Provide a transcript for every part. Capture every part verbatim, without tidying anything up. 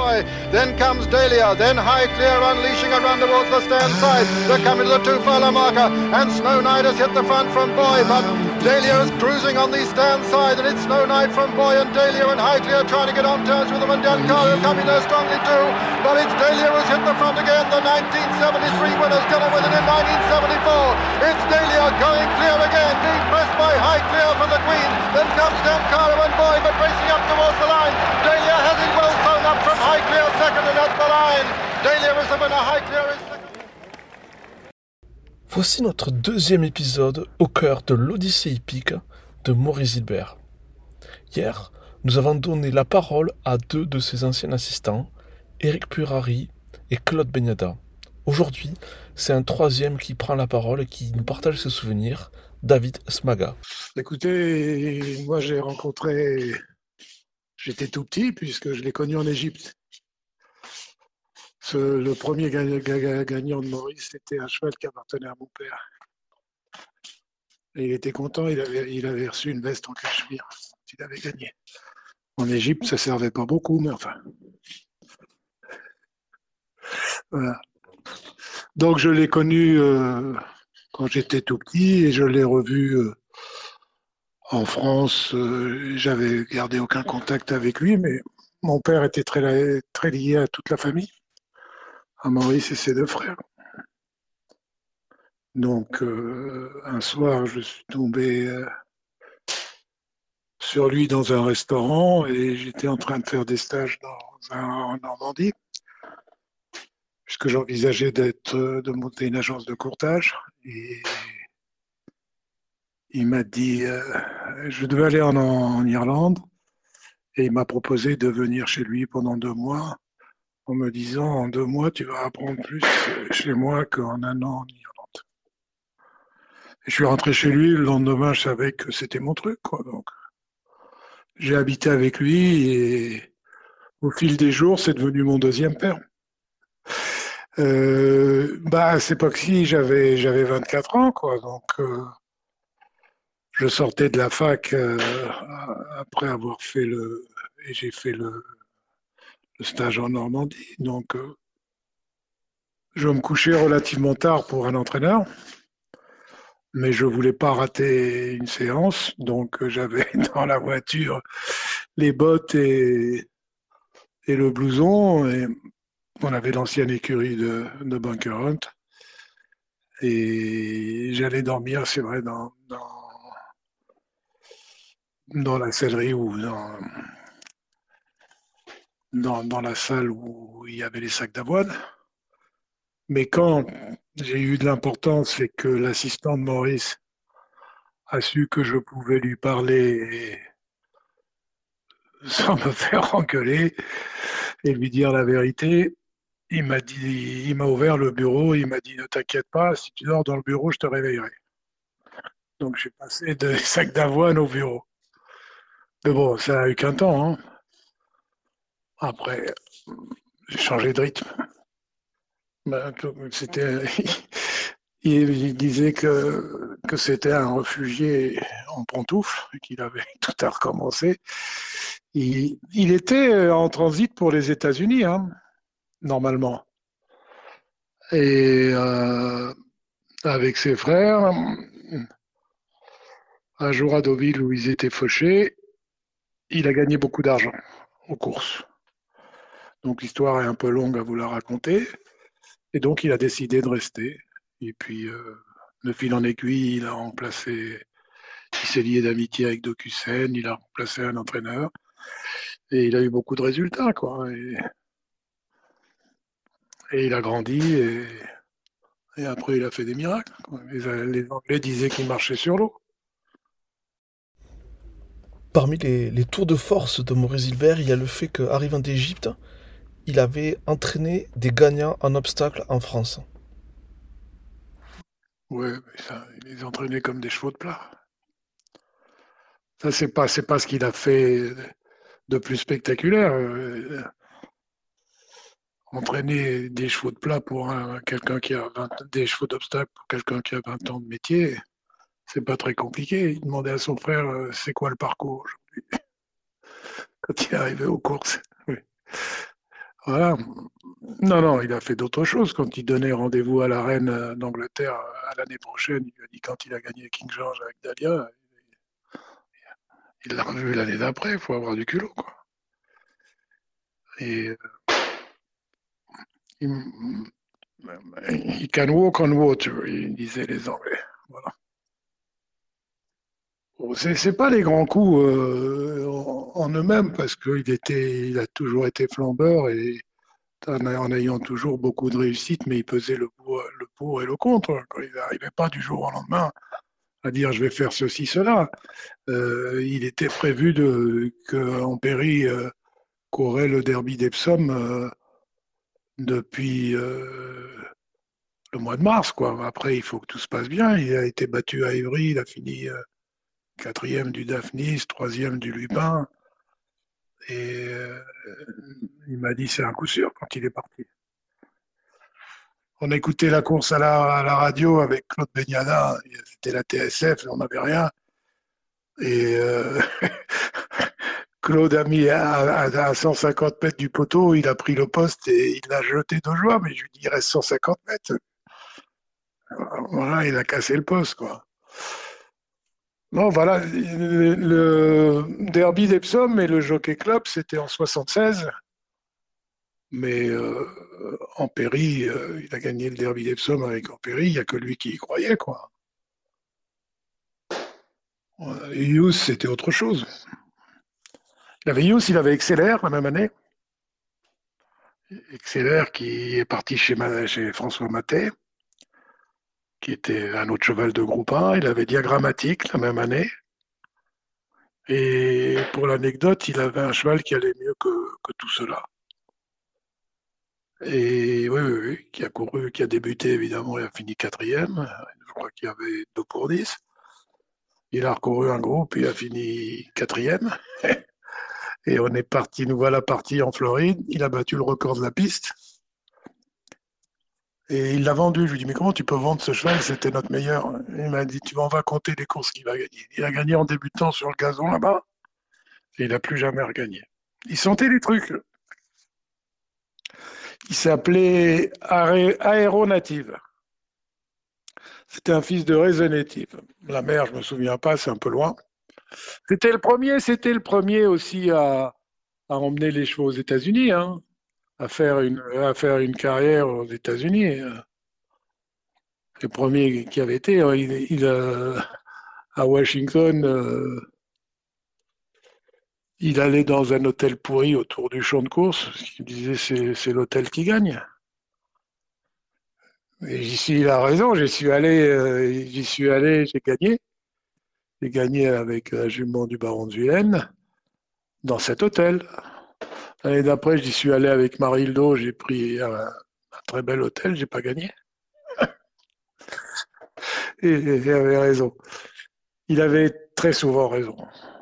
Boy. Then comes Dahlia. Then Highclere unleashing a run towards the stand side. They're coming to the two furlong marker. And Snow Knight has hit the front from Boy. But Dahlia is cruising on the stand side. And it's Snow Knight from Boy and Dahlia and Highclere trying to get on terms with them. And Giancarlo coming there strongly too. But it's Dahlia who's hit the front again. The nineteen seventy-three winner's going to win it in nineteen seventy-four. It's Dahlia going clear again. Being pressed by Highclere for the Queen. Then comes Giancarlo and Boy. But racing up towards the line. Dahlia has it well thrown up from Highclere second and at the line. Dahlia is the winner. Highclere is second. Voici notre deuxième épisode au cœur de l'Odyssée hippique de Maurice Gilbert. Hier, nous avons donné la parole à deux de ses anciens assistants, Éric Purari et Claude Begnada. Aujourd'hui, c'est un troisième qui prend la parole et qui nous partage ses souvenirs, David Smaga. Écoutez, moi j'ai rencontré, j'étais tout petit puisque je l'ai connu en Égypte. Ce, le premier gagnant de Maurice, c'était un cheval qui appartenait à mon père. Et il était content, il avait, il avait reçu une veste en cachemire. Il avait gagné. En Égypte, ça ne servait pas beaucoup, mais enfin. Voilà. Donc je l'ai connu euh, quand j'étais tout petit et je l'ai revu euh, en France. Euh, j'avais gardé aucun contact avec lui, mais mon père était très, très lié à toute la famille, à Maurice et ses deux frères. Donc, euh, un soir, je suis tombé euh, sur lui dans un restaurant et j'étais en train de faire des stages dans un, en Normandie, puisque j'envisageais d'être, de monter une agence de courtage. Et il m'a dit, euh, je devais aller en, en Irlande et il m'a proposé de venir chez lui pendant deux mois. En me disant, en deux mois, tu vas apprendre plus chez moi qu'en un an en Irlande. Et je suis rentré chez lui, le lendemain, je savais que c'était mon truc, quoi. Donc, j'ai habité avec lui et au fil des jours, c'est devenu mon deuxième père. Euh, bah, à cette époque-ci, j'avais, j'avais vingt-quatre ans, quoi. Donc, euh, je sortais de la fac euh, après avoir fait le... Et j'ai fait le... le stage en Normandie, donc euh, je me couchais relativement tard pour un entraîneur, mais je voulais pas rater une séance, donc euh, j'avais dans la voiture les bottes et, et le blouson, et on avait l'ancienne écurie de, de Bunker Hunt, et j'allais dormir, c'est vrai, dans, dans, dans la sellerie ou dans... Dans, dans la salle où il y avait les sacs d'avoine. Mais quand j'ai eu de l'importance et que l'assistant de Maurice a su que je pouvais lui parler sans me faire engueuler et lui dire la vérité, il m'a dit, il m'a ouvert le bureau, il m'a dit ne t'inquiète pas, si tu dors dans le bureau, je te réveillerai. Donc j'ai passé des sacs d'avoine au bureau. Mais bon, ça n'a eu qu'un temps, hein. Après, j'ai changé de rythme. Ben, c'était, il disait que, que c'était un réfugié en pantoufles, qu'il avait tout à recommencer. Il, il était en transit pour les États-Unis, hein, normalement. Et euh, avec ses frères, un jour à Deauville où ils étaient fauchés, il a gagné beaucoup d'argent aux courses. Donc l'histoire est un peu longue à vous la raconter. Et donc il a décidé de rester. Et puis, euh, de fil en aiguille, il a remplacé, il s'est lié d'amitié avec Dokusen, il a remplacé un entraîneur. Et il a eu beaucoup de résultats, quoi. Et, et il a grandi et, et après il a fait des miracles, quoi. Les, les Anglais disaient qu'il marchait sur l'eau. Parmi les, les tours de force de Maurice Gilbert, il y a le fait qu'arrivant d'Égypte, il avait entraîné des gagnants en obstacle en France. Oui, il les entraînait comme des chevaux de plat. Ça, c'est pas, c'est pas ce qu'il a fait de plus spectaculaire. Euh, entraîner des chevaux de plat pour un, quelqu'un qui a vingt, des chevaux d'obstacle pour quelqu'un qui a vingt ans de métier, c'est pas très compliqué. Il demandait à son frère euh, c'est quoi le parcours aujourd'hui quand il est arrivé aux courses. Oui. Voilà. Non, non, il a fait d'autres choses. Quand il donnait rendez-vous à la reine euh, d'Angleterre euh, à l'année prochaine, il lui a dit quand il a gagné King George avec Dahlia, il l'a revu l'année d'après, il faut avoir du culot, quoi. Et euh, il, he can walk on water, ils disaient les Anglais. Voilà. Bon, c'est, c'est pas les grands coups euh, en, en eux-mêmes, parce qu'il était, il a toujours été flambeur et en, en ayant toujours beaucoup de réussite, mais il pesait le pour, le pour et le contre. Quoi. Il n'arrivait pas du jour au lendemain à dire je vais faire ceci, cela. Euh, il était prévu de, qu'en Péry euh, courait le derby d'Epsom euh, depuis euh, le mois de mars. Quoi. Après, il faut que tout se passe bien. Il a été battu à Évry, il a fini euh, quatrième du Daphnis, troisième du Lupin. Et euh, il m'a dit c'est un coup sûr quand il est parti. On écoutait la course à la, à la radio avec Claude Begnana, c'était la T S F, on n'avait rien. Et euh, Claude a mis à, à, à cent cinquante mètres du poteau, il a pris le poste et il l'a jeté de joie, mais je lui dis il reste cent cinquante mètres. Voilà, il a cassé le poste, quoi. Non, voilà, le, le derby d'Epsom et le Jockey Club, c'était en soixante-seize. Mais euh, Ampéry, euh, il a gagné le derby d'Epsom avec Ampéry, il n'y a que lui qui y croyait, quoi. Et Hughes, c'était autre chose. Il avait Hughes, il avait Exceller la même année. Exceller qui est parti chez, chez François Maté, qui était un autre cheval de groupe un. Il avait Diagrammatique la même année. Et pour l'anecdote, il avait un cheval qui allait mieux que, que tout cela. Et oui, oui, oui, qui a couru, qui a débuté évidemment et a fini quatrième. Je crois qu'il y avait deux pour dix. Il a recouru un groupe, il a fini quatrième. Et on est parti, nous voilà partis en Floride. Il a battu le record de la piste. Et il l'a vendu. Je lui ai dit, mais comment tu peux vendre ce cheval? C'était notre meilleur. Il m'a dit, tu m'en vas compter les courses qu'il va gagner. Il a gagné en débutant sur le gazon là-bas. Et il n'a plus jamais regagné. Il sentait les trucs. Il s'appelait Aéronative. C'était un fils de Raisonative. La mère, je me souviens pas, c'est un peu loin. C'était le premier, c'était le premier aussi à, à emmener les chevaux aux États-Unis, hein, à faire une, à faire une carrière aux États-Unis. Le premier qui avait été, hein, il, il a, à Washington, euh, il allait dans un hôtel pourri autour du champ de course. Il disait c'est, c'est l'hôtel qui gagne. Et j'y suis, il a raison. J'y suis allé, euh, j'y suis allé, j'ai gagné. J'ai gagné avec un jument du baron de Vienne dans cet hôtel. L'année d'après, j'y suis allé avec Marildo. J'ai pris un, un très bel hôtel. J'ai pas gagné. Et, et il avait raison. Il avait très souvent raison.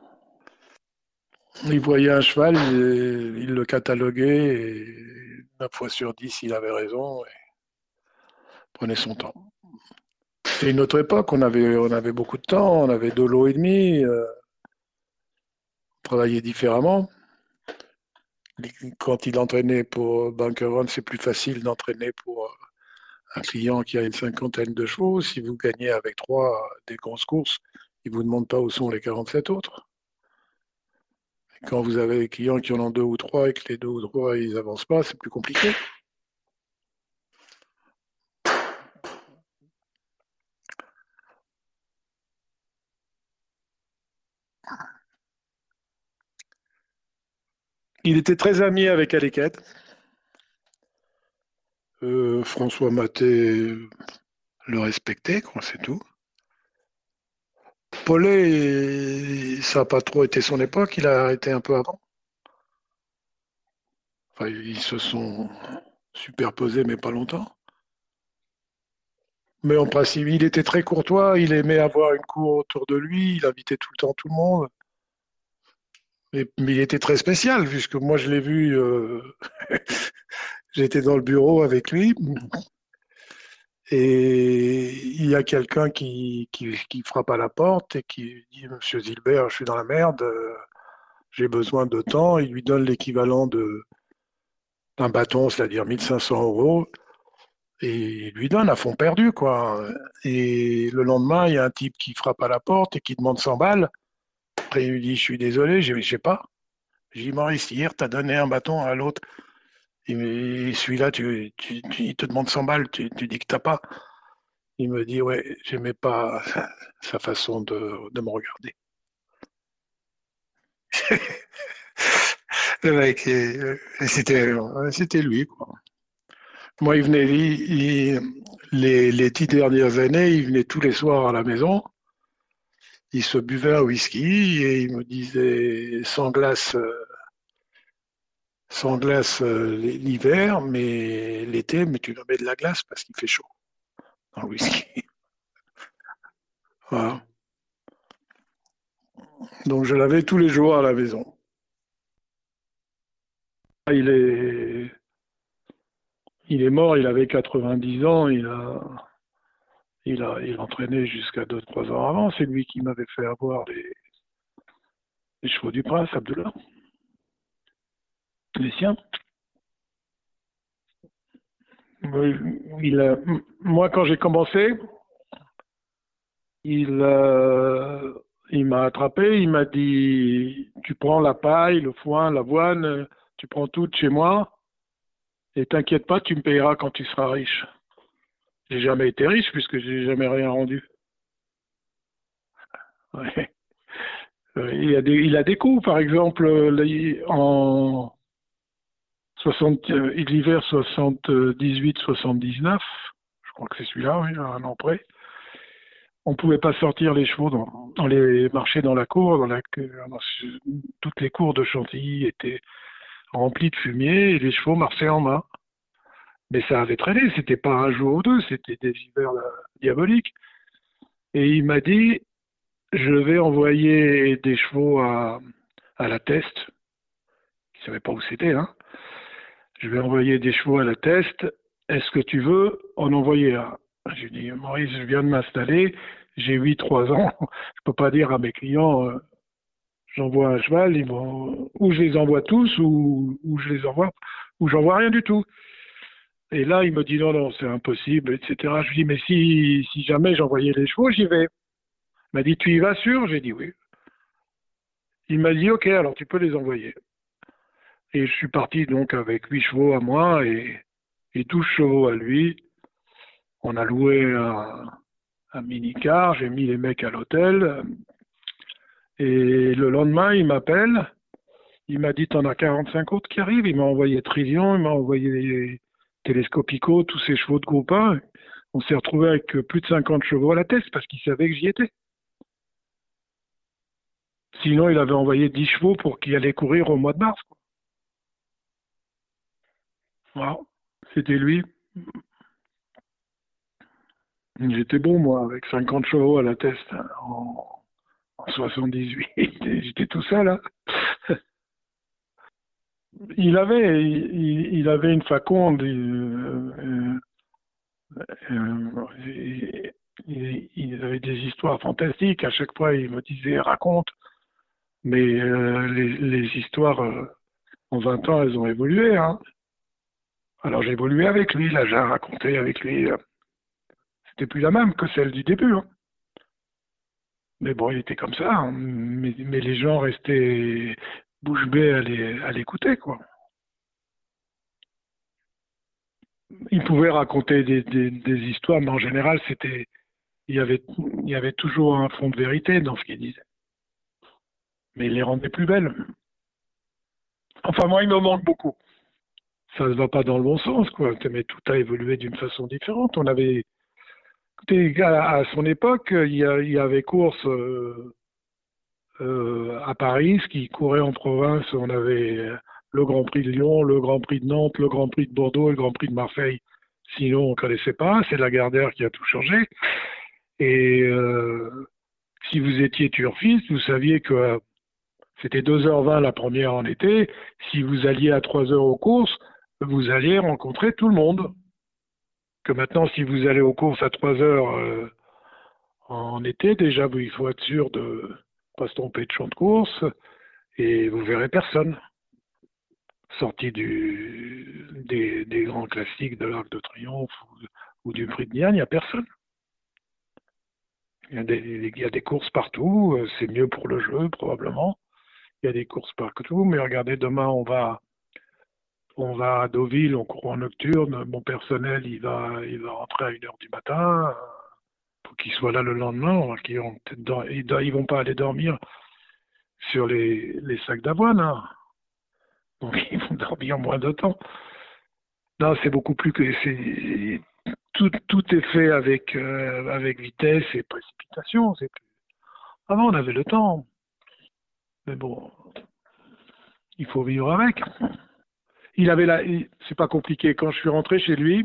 Il voyait un cheval, il, il le cataloguait et neuf fois sur dix, il avait raison et prenait son temps. C'était une autre époque, on avait, on avait beaucoup de temps, on avait deux lots et demi, euh, on travaillait différemment. Quand il entraînait pour Bunker Run, c'est plus facile d'entraîner pour un client qui a une cinquantaine de chevaux. Si vous gagnez avec trois des grosses courses, il ne vous demande pas où sont les quarante-sept autres. Quand vous avez des clients qui en ont deux ou trois et que les deux ou trois ils avancent pas, c'est plus compliqué. Il était très ami avec Aleket. Euh, François Maté le respectait, quoi, c'est tout. Paulet, ça n'a pas trop été son époque, il a arrêté un peu avant. Enfin, ils se sont superposés, mais pas longtemps. Mais en principe, il était très courtois, il aimait avoir une cour autour de lui, il invitait tout le temps tout le monde. Et, mais il était très spécial, puisque moi je l'ai vu, euh, j'étais dans le bureau avec lui, et il y a quelqu'un qui, qui, qui frappe à la porte et qui dit, Monsieur Gilbert, je suis dans la merde, euh, j'ai besoin de temps. Il lui donne l'équivalent de, un bâton, c'est-à-dire mille cinq cents euros, et il lui donne à fond perdu, quoi. Et le lendemain, il y a un type qui frappe à la porte et qui demande cent balles. Après, il lui dit, je suis désolé, je ne sais pas. J'ai dit, Maurice, hier, tu as donné un bâton à l'autre. Et celui-là, tu, tu, tu- il te demande cent balles, tu, tu dis que t'as pas. Il me dit, ouais, j'aimais pas sa façon de, de me regarder. Le mec, euh, c'était, c'était lui, quoi. Moi, il venait, il- il- les, les dix dernières années, il venait tous les soirs à la maison. Il se buvait un whisky et il me disait sans glace, euh, sans glace euh, l'hiver, mais l'été, mais tu leur mets de la glace parce qu'il fait chaud dans le whisky. Voilà. Donc je l'avais tous les jours à la maison. Il est, il est mort, il avait quatre-vingt-dix ans, il a, il a, il entraînait jusqu'à deux trois ans avant. C'est lui qui m'avait fait avoir les, les chevaux du prince, Abdullah, les siens. Il, a- moi, quand j'ai commencé, il, euh, il m'a attrapé, il m'a dit, tu prends la paille, le foin, l'avoine, tu prends tout de chez moi, et t'inquiète pas, tu me payeras quand tu seras riche. J'ai jamais été riche puisque j'ai jamais rien rendu. Ouais. Euh, Il, a des, il a des coups, par exemple, euh, là, il- en soixante, euh, l'hiver soixante-dix-huit soixante-dix-neuf, je crois que c'est celui-là, oui, un an près, on ne pouvait pas sortir les chevaux dans, dans les marchés dans la cour, dans la, dans, toutes les cours de Chantilly étaient remplies de fumier et les chevaux marchaient en main. Mais ça avait traîné, c'était pas un jour ou deux, c'était des hivers euh, diaboliques. Et il m'a dit, je vais envoyer des chevaux à, à la Teste, il ne savait pas où c'était, hein. Je vais envoyer des chevaux à la Teste. Est-ce que tu veux en envoyer un? J'ai dit, Maurice, je viens de m'installer, j'ai huit trois ans, je ne peux pas dire à mes clients, euh, j'envoie un cheval, ils vont, ou je les envoie tous, ou, ou je les envoie, ou j'envoie rien du tout. Et là, il me dit, non, non, c'est impossible, et cetera. Je lui dis, mais si, si jamais j'envoyais les chevaux, j'y vais. Il m'a dit, tu y vas sûr? J'ai dit oui. Il m'a dit, ok, alors tu peux les envoyer. Et je suis parti donc avec huit chevaux à moi et, et douze chevaux à lui. On a loué un, un mini-car, j'ai mis les mecs à l'hôtel. Et le lendemain, il m'appelle. Il m'a dit, t'en as quarante-cinq autres qui arrivent. Il m'a envoyé Trivion, il m'a envoyé Télescopico, tous ces chevaux de groupe un. On s'est retrouvé avec plus de cinquante chevaux à la tête parce qu'il savait que j'y étais. Sinon, il avait envoyé dix chevaux pour qu'ils allaient courir au mois de mars. Voilà. C'était lui. J'étais bon, moi, avec cinquante chevaux à la tête hein, en, en soixante-dix-huit. J'étais tout seul. Hein. Il avait, il, il avait une faconde. Euh, euh, euh, il, il avait des histoires fantastiques. À chaque fois, il me disait raconte. Mais euh, les, les histoires, euh, en vingt ans, elles ont évolué. Hein. Alors j'ai évolué avec lui. Là, j'ai raconté avec lui. euh, C'était plus la même que celle du début. Hein. Mais bon, il était comme ça. Hein. Mais, mais les gens restaient bouche bée à les- à l'écouter, quoi. Il pouvait raconter des, des- des histoires, mais en général, c'était, il y avait, il y avait toujours un fond de vérité dans ce qu'il disait. Mais il les rendait plus belles. Enfin, moi, il me manque beaucoup. Ça ne va pas dans le bon sens, quoi. Mais tout a évolué d'une façon différente. On avait, écoutez, à, à son époque, il y, a- il y avait course euh, euh, à Paris, ce qui courait en province. On avait le Grand Prix de Lyon, le Grand Prix de Nantes, le Grand Prix de Bordeaux et le Grand Prix de Marseille. Sinon, on ne connaissait pas. C'est la Gardère qui a tout changé. Et euh, si vous étiez turfiste, vous saviez que euh, c'était deux heures vingt la première en été. Si vous alliez à trois heures aux courses, vous alliez rencontrer tout le monde. Que maintenant, si vous allez aux courses à trois heures euh, en été, déjà, il faut être sûr de ne pas se tromper de champ de course et vous verrez personne. sorti du, des, des grands classiques de l'Arc de Triomphe ou, ou du Prix de Diane, il n'y a personne. Il y, a des, il y a des courses partout, c'est mieux pour le jeu probablement. Il y a des courses partout, mais regardez, demain on va, on va à Deauville, on court en nocturne. Mon personnel, il va, il va rentrer à une heure du matin. Faut qu'ils soient là le lendemain. Qu'ils ont, ils ne vont pas aller dormir sur les, les sacs d'avoine. Hein. Donc ils vont dormir moins de temps. Non, c'est beaucoup plus que c'est tout, tout est fait avec euh, avec vitesse et précipitation. C'est plus... Avant, on avait le temps, mais bon, il faut vivre avec. Il avait la, il, c'est pas compliqué. Quand je suis rentré chez lui,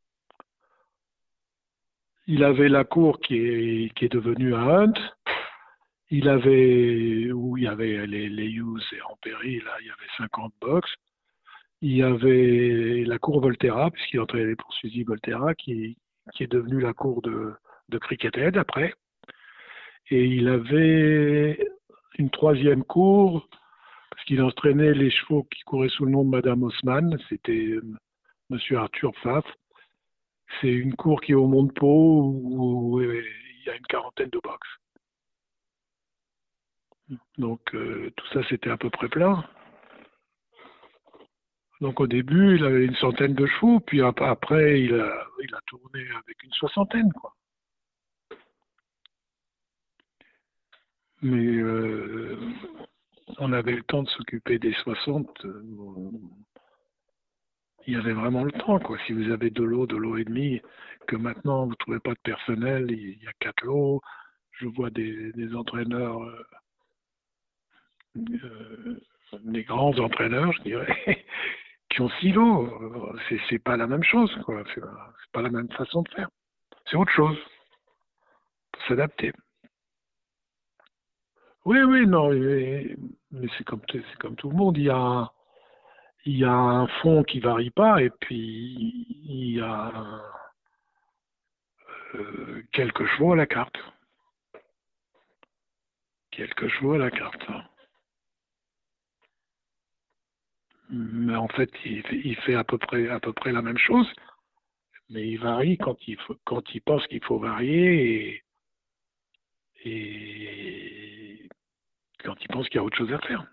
il avait la cour qui est qui est devenue un hunt. Il avait où il y avait les les Hughes et Ampéry, là, il y avait cinquante box. Il y avait la cour Volterra, puisqu'il entraînait les poursuivis Volterra, qui, qui est devenue la cour de, de Cricket après. Et il avait une troisième cour, parce qu'il entraînait les chevaux qui couraient sous le nom de Madame Haussmann. C'était euh, Monsieur Arthur Pfaff. C'est une cour qui est au Mont-de-Pau, où, où il y a une quarantaine de box. Donc euh, tout ça, c'était à peu près plein. Donc au début, il avait une centaine de chevaux, puis après, il a, il a tourné avec une soixantaine, quoi. Mais euh, on avait le temps de s'occuper des soixante. Euh, il y avait vraiment le temps, quoi. Si vous avez deux lots, deux lots et demi, que maintenant vous ne trouvez pas de personnel, il y a quatre lots. Je vois des, des entraîneurs, euh, euh, des grands entraîneurs, je dirais, qui ont six lots. C'est, c'est pas la même chose, quoi. C'est, c'est pas la même façon de faire. C'est autre chose. Pour s'adapter. Oui, oui, non, mais, mais c'est comme, c'est comme tout le monde. Il y a un, il y a un fond qui varie pas, et puis il y a euh, quelques chevaux à la carte. Quelques chevaux à la carte. Mais en fait, il, il fait à peu près, à peu près la même chose, mais il varie quand il, faut, quand il pense qu'il faut varier et, et quand il pense qu'il y a autre chose à faire.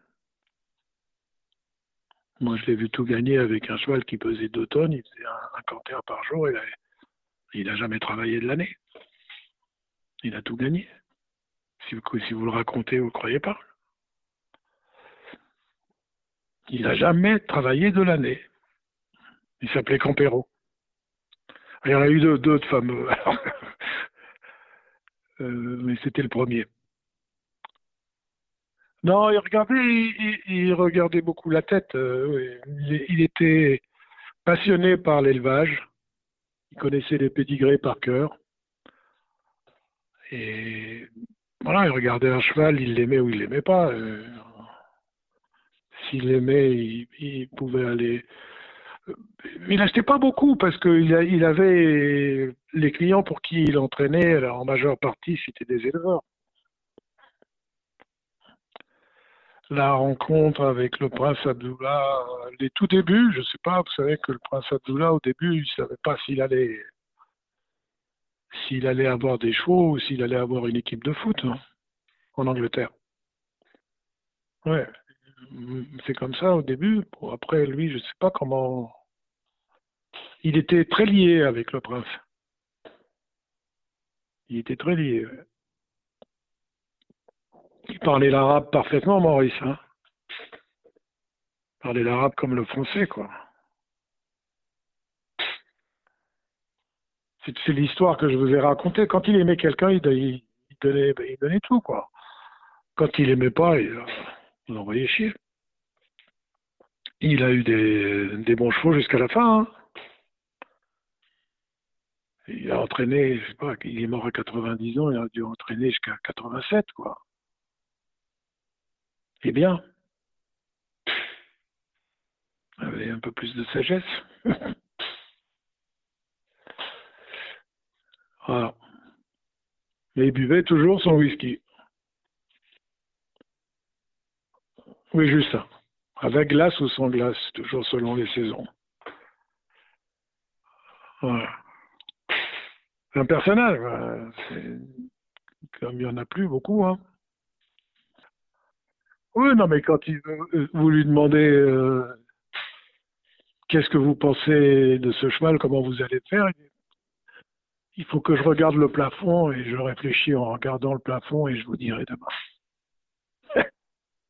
Moi, je l'ai vu tout gagner avec un cheval qui pesait deux tonnes, il faisait un, un canter par jour, et il n'a jamais travaillé de l'année. Il a tout gagné. Si vous, si vous le racontez, vous ne croyez pas. Il n'a jamais travaillé de l'année. Il s'appelait Campero. Il y en a eu deux, d'autres fameux, euh, mais c'était le premier. Non, il regardait, il, il regardait beaucoup la tête. Euh, oui. il, il était passionné par l'élevage. Il connaissait les pédigrés par cœur. Et voilà, il regardait un cheval, il l'aimait ou il l'aimait pas. Euh, s'il l'aimait, il, il pouvait aller. Il n'achetait pas beaucoup parce qu'il il avait les clients pour qui il entraînait, alors en majeure partie, c'était des éleveurs. La rencontre avec le prince Abdullah, les tout débuts, je ne sais pas, vous savez que le prince Abdullah, au début, il ne savait pas s'il allait, s'il allait avoir des chevaux ou s'il allait avoir une équipe de foot, hein, en Angleterre. Ouais, c'est comme ça au début. Bon, après, lui, je ne sais pas comment. Il était très lié avec le prince. Il était très lié. Ouais. Il parlait l'arabe parfaitement, Maurice. Hein. Il parlait l'arabe comme le français, quoi. C'est, c'est l'histoire que je vous ai racontée. Quand il aimait quelqu'un, il, il, il, donnait, il donnait tout, quoi. Quand il aimait pas, il, il l'envoyait chier. Il a eu des, des bons chevaux jusqu'à la fin. Hein. Il a entraîné, je sais pas, il est mort à quatre-vingt-dix ans, il a dû entraîner jusqu'à quatre-vingt-sept, quoi. Eh bien, il avait un peu plus de sagesse. Voilà. Mais il buvait toujours son whisky. Oui, juste ça. Avec glace ou sans glace, toujours selon les saisons. Voilà. Un personnage, voilà. C'est- comme il n'y en a plus beaucoup, hein. Oui, non, mais quand il, euh, vous lui demandez euh, qu'est-ce que vous pensez de ce cheval, comment vous allez le faire, il dit, il faut que je regarde le plafond et je réfléchis en regardant le plafond et je vous dirai demain.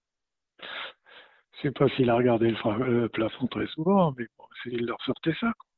Je sais pas s'il a regardé le, fra- le plafond très souvent, mais bon, c'est- il leur sortait ça, quoi.